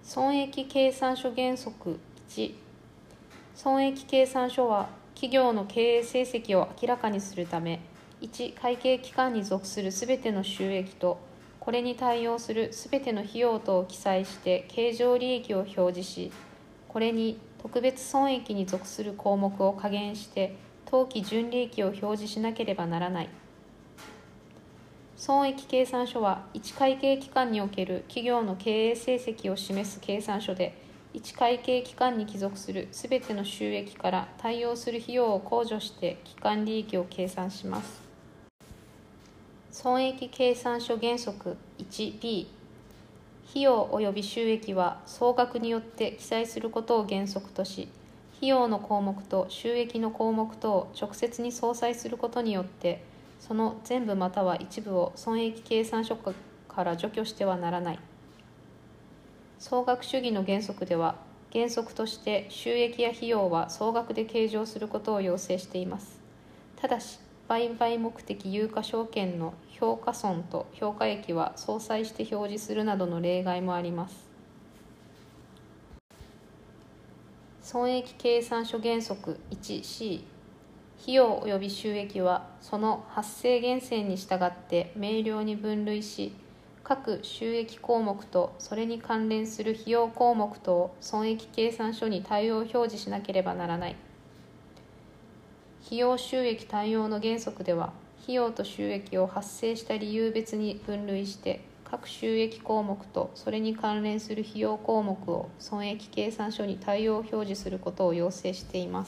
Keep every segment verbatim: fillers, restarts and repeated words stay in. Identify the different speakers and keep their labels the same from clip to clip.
Speaker 1: 損益計算書原則いち、損益計算書は企業の経営成績を明らかにするため、いち会計期間に属するすべての収益とこれに対応するすべての費用等を記載して経常利益を表示し、これに特別損益に属する項目を加減して当期純利益を表示しなければならない。損益計算書はいち会計期間における企業の経営成績を示す計算書で、いち会計期間に帰属するすべての収益から対応する費用を控除して期間利益を計算します。損益計算書原則 いちビー、 費用及び収益は総額によって記載することを原則とし、費用の項目と収益の項目とを直接に相殺することによってその全部または一部を損益計算書から除去してはならない。総額主義の原則では、原則として収益や費用は総額で計上することを要請しています。ただし、売買目的有価証券の評価損と評価益は相殺して表示するなどの例外もあります。損益計算書原則 いちシー、費用及び収益はその発生源泉に従って明瞭に分類し、各収益項目とそれに関連する費用項目とを損益計算書に対応表示しなければならない。費用収益対応の原則では、費用と収益を発生した理由別に分類して各収益項目とそれに関連する費用項目を損益計算書に対応表示することを要請しています。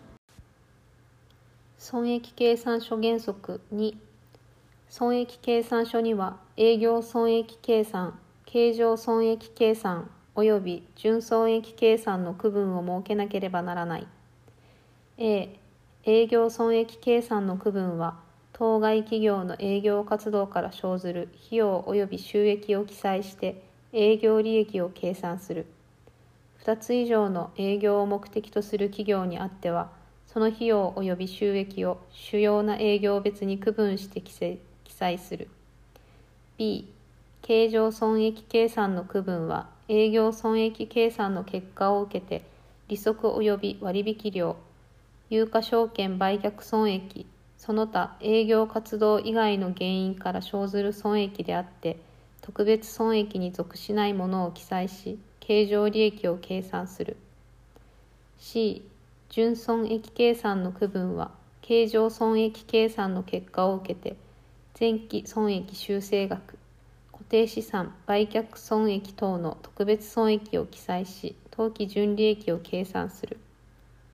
Speaker 1: 損益計算書原則に、損益計算書には営業損益計算、経常損益計算および純損益計算の区分を設けなければならない。A、営業損益計算の区分は当該企業の営業活動から生ずる費用および収益を記載して営業利益を計算する。ふたつ以上の営業を目的とする企業にあっては、その費用及び収益を主要な営業別に区分して記載する。B、経常損益計算の区分は営業損益計算の結果を受けて利息及び割引料、有価証券売却損益、その他営業活動以外の原因から生ずる損益であって、特別損益に属しないものを記載し、経常利益を計算する。C、純損益計算の区分は経常損益計算の結果を受けて前期損益修正額、固定資産売却損益等の特別損益を記載し当期純利益を計算する。